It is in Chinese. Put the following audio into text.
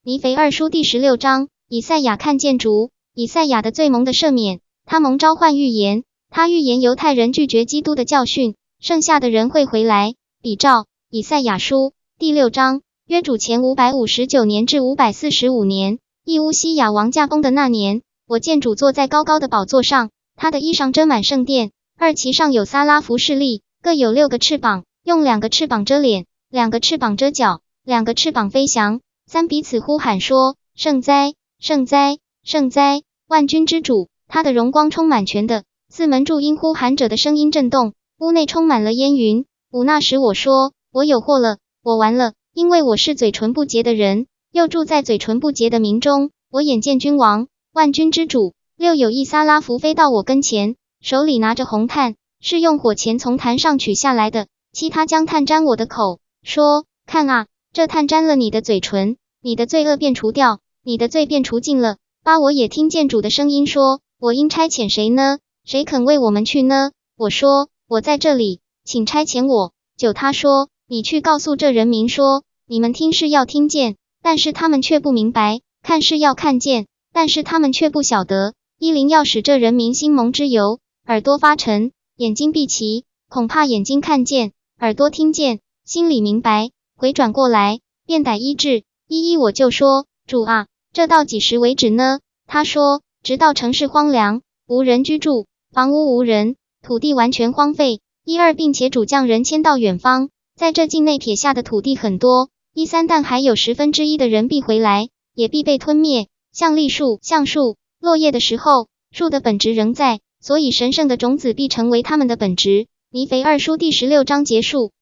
尼腓二书第16章，以赛亚看见主。以赛亚的罪蒙的赦免，他蒙召唤预言，他预言犹太人拒绝基督的教训，剩下的人会回来。比照以赛亚书第6章，约主前559年至545年，义乌西亚王驾崩的那年，我见主坐在高高的宝座上，他的衣裳遮满圣殿，二旗上有撒拉弗侍立，各有6个翅膀，用2个翅膀遮脸，2个翅膀遮脚，2个翅膀飞翔，三彼此呼喊说：圣哉，圣哉，圣哉，万军之主！他的荣光充满全的。四门柱因呼喊者的声音震动，屋内充满了烟云。那时我说：我有祸了，我完了，因为我是嘴唇不洁的人，又住在嘴唇不洁的民中。我眼见君王，万军之主。6有一撒拉弗飞到我跟前，手里拿着红炭，是用火钳从坛上取下来的。7他将炭沾我的口，说：看啊，这炭沾了你的嘴唇，你的罪恶便除掉，你的罪便除尽了。8我也听见主的声音说：我应差遣谁呢？谁肯为我们去呢？我说：我在这里，请差遣我。9他说：你去告诉这人民说，你们听是要听见，但是他们却不明白；看是要看见，但是他们却不晓得。10要使这人民心蒙之油，耳朵发沉，眼睛闭齐，恐怕眼睛看见，耳朵听见，心里明白，回转过来，便得医治。11我就说：主啊，这到几时为止呢？他说：直到城市荒凉，无人居住，房屋无人，土地完全荒废。12并且主将人迁到远方，在这境内撇下的土地很多。13但还有1/10的人必回来，也必被吞灭，像栗树、橡树落叶的时候，树的本质仍在，所以神圣的种子必成为他们的本质。尼腓二书第16章结束。